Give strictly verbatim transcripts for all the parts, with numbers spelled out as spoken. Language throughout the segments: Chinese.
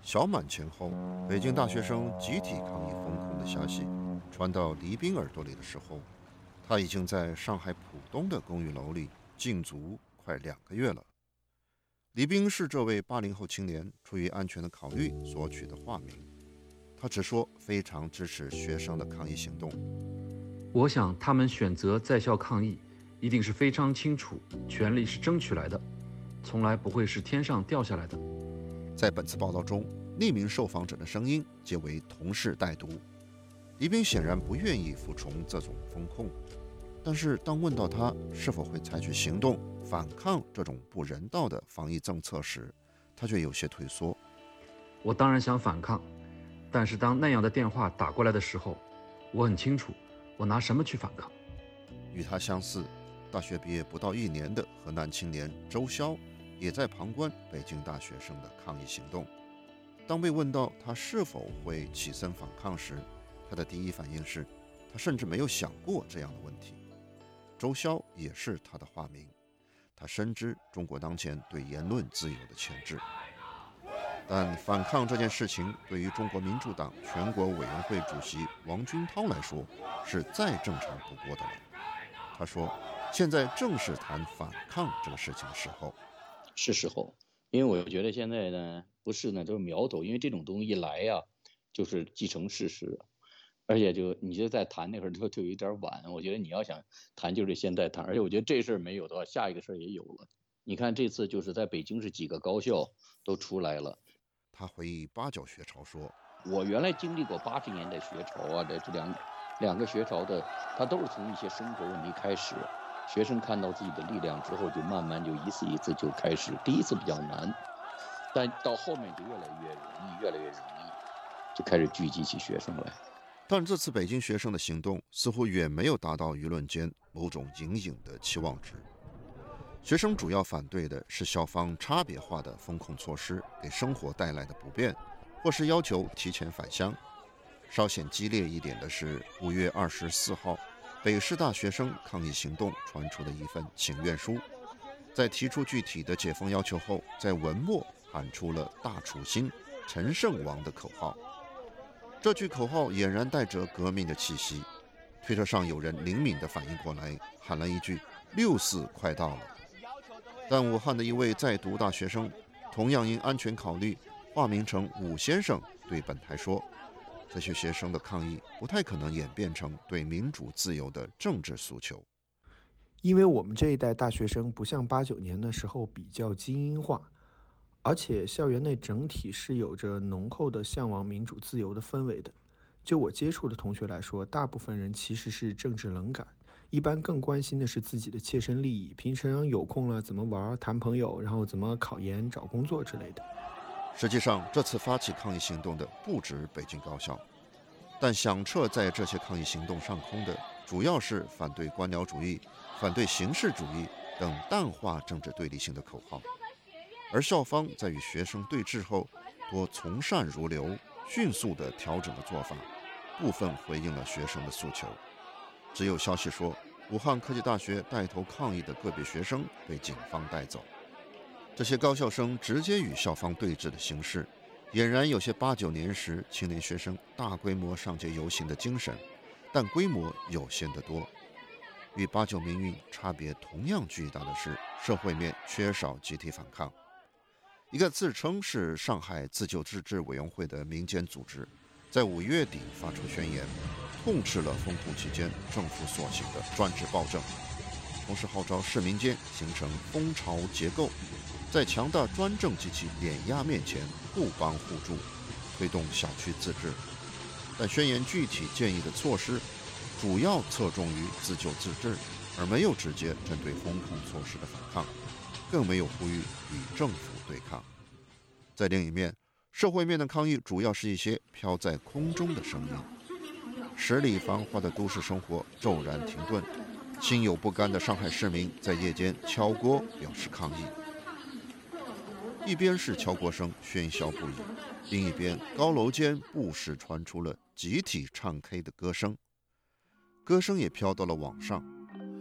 小满前后，北京大学生集体抗议封控的消息传到黎兵耳朵里的时候，他已经在上海浦东的公寓楼里禁足快两个月了。黎兵是这位八零后青年出于安全的考虑所取的化名，他直说非常支持学生的抗议行动。 我想他们选择在校抗议，一定是非常清楚，权利是争取来的，从来不会是天上掉下来的。 在本次报道中，匿名受访者的声音皆为同事代读。黎兵显然不愿意服从这种封控，但是当问到他是否会采取行动反抗这种不人道的防疫政策时，他却有些退缩。 我当然想反抗，但是当那样的电话打过来的时候，我很清楚我拿什么去反抗。 与他相似，大学毕业不到一年的河南青年周潇也在旁观北京大学生的抗议行动。当被问到他是否会起身反抗时，他的第一反应是他甚至没有想过这样的问题。周潇也是他的化名，他深知中国当前对言论自由的牵制，但反抗这件事情对于中国民主党全国委员会主席王军涛来说是再正常不过的了。他说现在正是谈反抗这个事情的时候。 是时候，因为我觉得现在呢不是呢，都是苗头，因为这种东西一来呀，就是既成事实，而且就你就在谈那会儿就就有点晚。我觉得你要想谈就是现在谈，而且我觉得这事儿没有的话，下一个事儿也有了。你看这次就是在北京是几个高校都出来了。 他回忆八九学潮说：“ 我原来经历过八十年代学潮啊，这这两两个学潮的，它都是从一些生活问题开始。”学生看到自己的力量之后，就慢慢就一次一次就开始，第一次比较难，但到后面就越来越容易，越来越容易，就开始聚集起学生来。 但这次北京学生的行动似乎远没有达到舆论间某种隐隐的期望值。学生主要反对的是校方差别化的封控措施给生活带来的不便，或是要求提前返乡。稍显激烈一点的是五月二十四号。北师大学生抗议行动传出的一份请愿书，在提出具体的解封要求后，在文末喊出了大楚兴，陈胜王的口号。这句口号俨然带着革命的气息。推特上有人灵敏地反应过来，喊了一句六四快到了。但武汉的一位在读大学生同样因安全考虑化名成武先生，对本台说，这些学生的抗议不太可能演变成对民主自由的政治诉求， 因为我们这一代大学生不像八九年的时候比较精英化，而且校园内整体是有着浓厚的向往民主自由的氛围的。就我接触的同学来说，大部分人其实是政治冷感，一般更关心的是自己的切身利益，平常有空了怎么玩、谈朋友，然后怎么考研、找工作之类的。 实际上，这次发起抗议行动的不止北京高校，但响彻在这些抗议行动上空的，主要是反对官僚主义、反对形式主义等淡化政治对立性的口号。而校方在与学生对峙后，多从善如流、迅速地调整了做法，部分回应了学生的诉求。只有消息说，武汉科技大学带头抗议的个别学生被警方带走。这些高校生直接与校方对峙的形式，俨然有些八九年时青年学生大规模上街游行的精神，但规模有限得多。与八九民运差别同样巨大的是，社会面缺少集体反抗。一个自称是上海自救自治委员会的民间组织，在五月底发出宣言，痛斥了封控期间政府所行的专制暴政，同时号召市民间形成蜂巢结构，在强大专政及其碾压面前互帮互助，推动小区自治。但宣言具体建议的措施主要侧重于自救自治，而没有直接针对封控措施的反抗，更没有呼吁与政府对抗。在另一面，社会面的抗议主要是一些飘在空中的声音。十里繁华的都市生活骤然停顿，心有不甘的上海市民在夜间敲锅表示抗议。一边是敲锅声喧嚣不已，另一边高楼间不时传出了集体唱 K 的歌声，歌声也飘到了网上。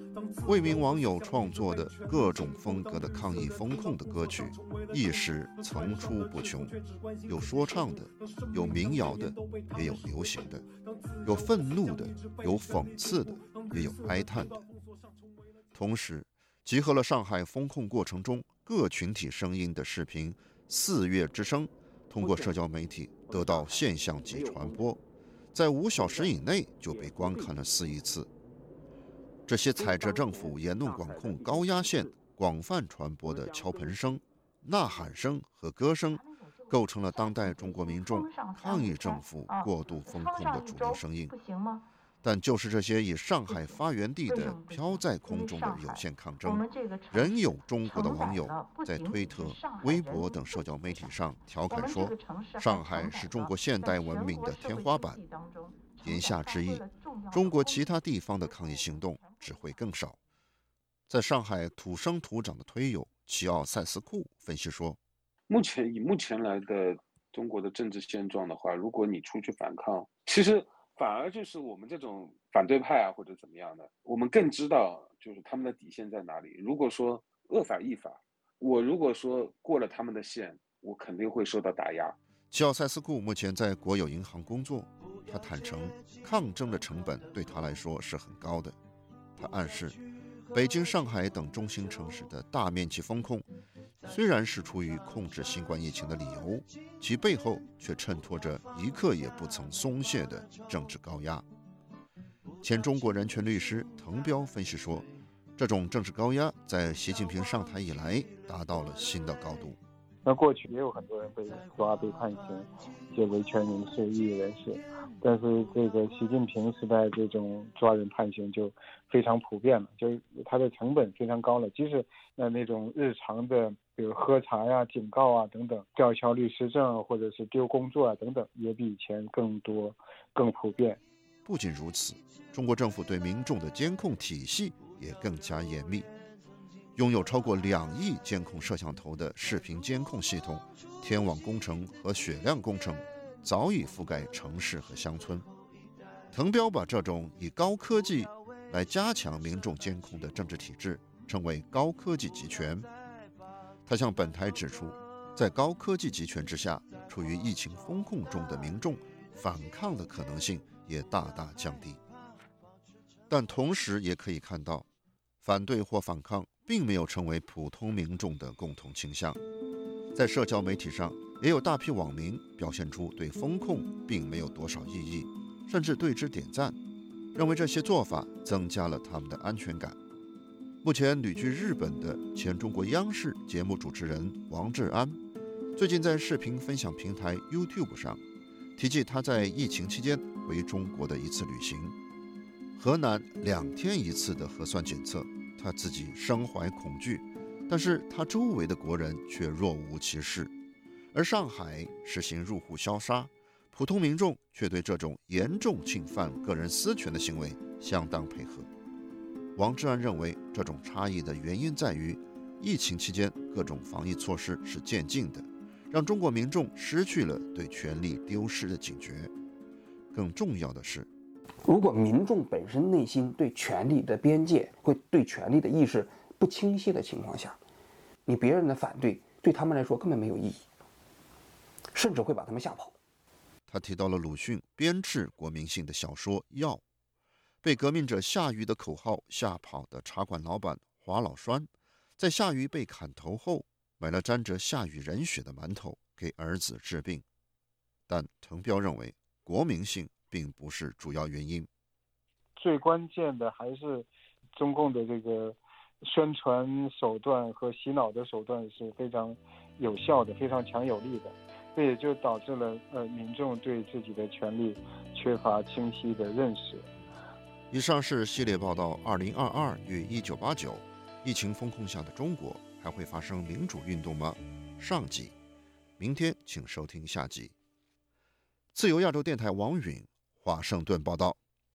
为民网友创作的各种风格的抗议风控的歌曲，一时层出不穷，有说唱的，有民谣的，也有流行的，有愤怒的，有讽刺的，也有哀叹的。同时，集合了上海风控过程中各群体声音的视频《四月之声》，通过社交媒体得到现象级传播，在五小时以内就被观看了四亿次。这些踩着政府言论管控高压线广泛传播的敲盆声、呐喊声和歌声，构成了当代中国民众抗议政府过度风控的主流声音。但就是这些以上海发源地的飘在空中的有限抗争，仍有中国的网友在推特、微博等社交媒体上调侃说，上海是中国现代文明的天花板。言下之意，中国其他地方的抗议行动只会更少。在上海土生土长的推友齐奥塞斯库分析说， 目前以目前来的中国的政治现状的话，如果你出去反抗，其实反而就是我们这种反对派啊或者怎么样的，我们更知道就是他们的底线在哪里。如果说恶法亦法，我如果说过了他们的线，我肯定会受到打压。 齐奥塞斯库目前在国有银行工作，他坦诚抗争的成本对他来说是很高的。他暗示，北京、上海等中心城市的大面积封控，虽然是出于控制新冠疫情的理由，其背后却衬托着一刻也不曾松懈的政治高压。前中国人权律师滕彪分析说，这种政治高压在习近平上台以来达到了新的高度。 那过去也有很多人被抓、被判刑，一些维权人士、异议人士，但是这个习近平时代这种抓人判刑就非常普遍了，就它的成本非常高了。即使那那种日常的，比如喝茶呀、警告啊等等，吊销律师证或者是丢工作啊等等，也比以前更多、更普遍。 不仅如此，中国政府对民众的监控体系也更加严密。拥有超过两亿监控摄像头的视频监控系统天网工程和雪亮工程早已覆盖城市和乡村。滕彪把这种以高科技来加强民众监控的政治体制称为高科技集权。他向本台指出，在高科技集权之下，处于疫情风控中的民众反抗的可能性也大大降低。但同时也可以看到，反对或反抗并没有成为普通民众的共同倾向。在社交媒体上，也有大批网民表现出对风控并没有多少异议，甚至对之点赞，认为这些做法增加了他们的安全感。目前旅居日本的前中国央视节目主持人王志安，最近在视频分享平台 YouTube 上提及他在疫情期间回中国的一次旅行。河南两天一次的核酸检测，他自己身怀恐惧，但是他周围的国人却若无其事。而上海实行入户消杀，普通民众却对这种严重侵犯个人私权的行为相当配合。王志安认为，这种差异的原因在于，疫情期间各种防疫措施是渐进的，让中国民众失去了对权力丢失的警觉。更重要的是， 如果民众本身内心对权力的边界、会对权力的意识不清晰的情况下，你别人的反对对他们来说根本没有意义，甚至会把他们吓跑。 他提到了鲁迅鞭笞国民性的小说《药》，被革命者夏禹的口号吓跑的茶馆老板华老栓，在夏禹被砍头后，买了沾着夏禹人血的馒头给儿子治病。但滕彪认为，国民性并不是主要原因， 最关键的还是中共的这个宣传手段和洗脑的手段是非常有效的、非常强有力的，这也就导致了呃民众对自己的权利缺乏清晰的认识。 以上是系列报道二零二二与一九八九，疫情封控下的中国还会发生民主运动吗？上集，明天请收听下集。自由亚洲电台王允华盛顿报道。